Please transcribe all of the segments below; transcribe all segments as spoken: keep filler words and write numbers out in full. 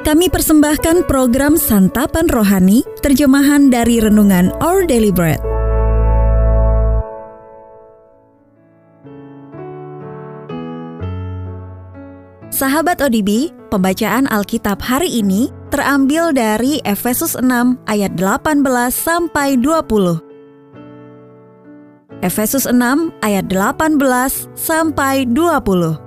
Kami persembahkan program Santapan Rohani, terjemahan dari Renungan Our Daily Bread. Sahabat O D B, pembacaan Alkitab hari ini terambil dari Efesus enam ayat delapan belas sampai dua puluh. Efesus enam ayat delapan belas sampai dua puluh.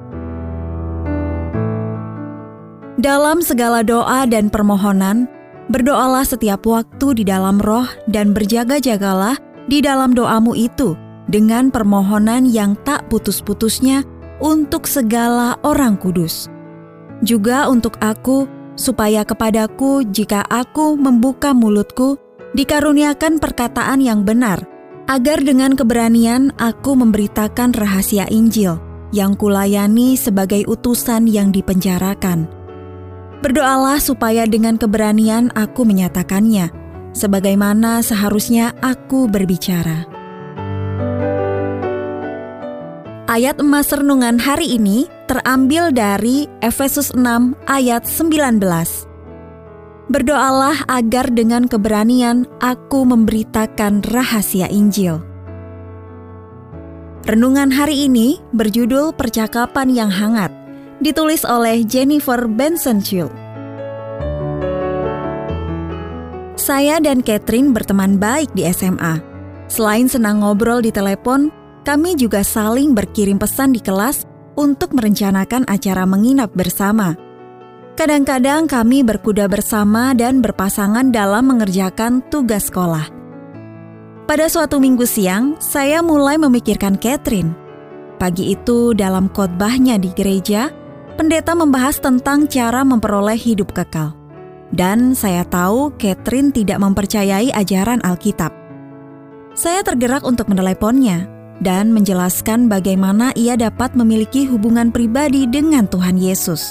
Dalam segala doa dan permohonan, berdoalah setiap waktu di dalam roh dan berjaga-jagalah di dalam doamu itu dengan permohonan yang tak putus-putusnya untuk segala orang kudus. Juga untuk aku, supaya kepadaku jika aku membuka mulutku, dikaruniakan perkataan yang benar, agar dengan keberanian aku memberitakan rahasia Injil yang kulayani sebagai utusan yang dipenjarakan. Berdoalah supaya dengan keberanian aku menyatakannya, sebagaimana seharusnya aku berbicara. Ayat emas renungan hari ini terambil dari Efesus enam ayat sembilan belas. Berdoalah agar dengan keberanian aku memberitakan rahasia Injil. Renungan hari ini berjudul Percakapan yang Hangat, ditulis oleh Jennifer Benson-Schultz. Saya dan Catherine berteman baik di S M A. Selain senang ngobrol di telepon, kami juga saling berkirim pesan di kelas untuk merencanakan acara menginap bersama. Kadang-kadang kami berkuda bersama dan berpasangan dalam mengerjakan tugas sekolah. Pada suatu minggu siang, saya mulai memikirkan Catherine. Pagi itu dalam khotbahnya di gereja, pendeta membahas tentang cara memperoleh hidup kekal. Dan saya tahu Catherine tidak mempercayai ajaran Alkitab. Saya tergerak untuk meneleponnya dan menjelaskan bagaimana ia dapat memiliki hubungan pribadi dengan Tuhan Yesus.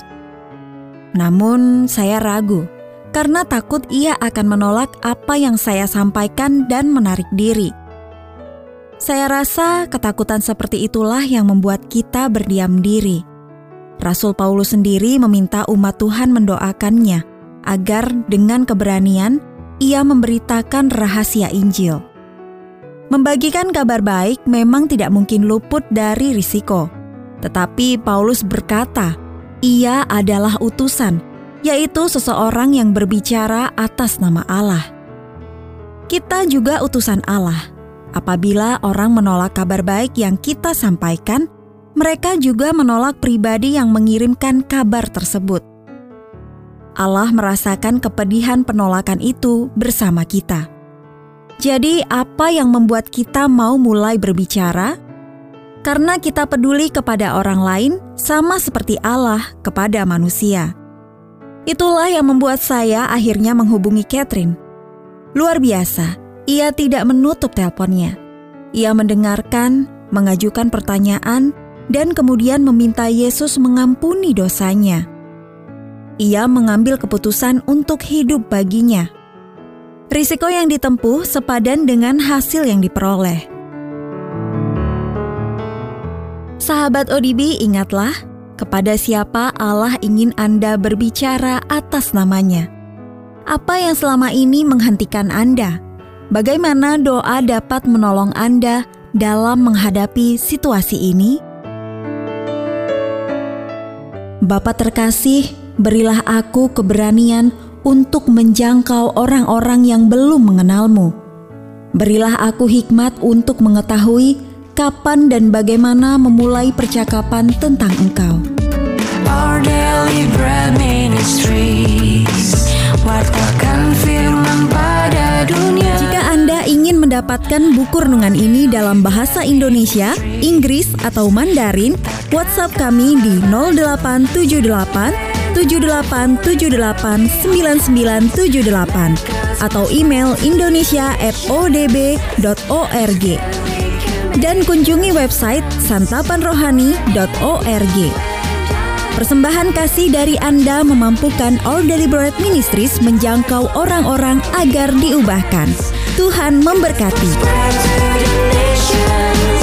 Namun saya ragu, karena takut ia akan menolak apa yang saya sampaikan dan menarik diri. Saya rasa ketakutan seperti itulah yang membuat kita berdiam diri. Rasul Paulus sendiri meminta umat Tuhan mendoakannya agar dengan keberanian ia memberitakan rahasia Injil. Membagikan kabar baik memang tidak mungkin luput dari risiko. Tetapi Paulus berkata, ia adalah utusan, yaitu seseorang yang berbicara atas nama Allah. Kita juga utusan Allah. Apabila orang menolak kabar baik yang kita sampaikan, mereka juga menolak pribadi yang mengirimkan kabar tersebut. Allah merasakan kepedihan penolakan itu bersama kita. Jadi, apa yang membuat kita mau mulai berbicara? Karena kita peduli kepada orang lain, sama seperti Allah kepada manusia. Itulah yang membuat saya akhirnya menghubungi Catherine. Luar biasa, ia tidak menutup teleponnya. Ia mendengarkan, mengajukan pertanyaan, dan kemudian meminta Yesus mengampuni dosanya. Ia mengambil keputusan untuk hidup baginya. Risiko yang ditempuh sepadan dengan hasil yang diperoleh. Sahabat O D B, ingatlah, kepada siapa Allah ingin Anda berbicara atas namanya. Apa yang selama ini menghentikan Anda? Bagaimana doa dapat menolong Anda dalam menghadapi situasi ini? Bapa terkasih, berilah aku keberanian untuk menjangkau orang-orang yang belum mengenal-Mu. Berilah aku hikmat untuk mengetahui kapan dan bagaimana memulai percakapan tentang Engkau. Our Daily Bread Ministries, wartakan firman pada dunia. Jika Anda ingin mendapatkan buku renungan ini dalam bahasa Indonesia, Inggris, atau Mandarin, WhatsApp kami di nol delapan tujuh delapan tujuh delapan tujuh delapan sembilan sembilan tujuh delapan atau email indonesia at o d b dot org dan kunjungi website santapan rohani dot org. Persembahan kasih dari Anda memampukan Our Daily Bread Ministries menjangkau orang-orang agar diubahkan. Tuhan memberkati.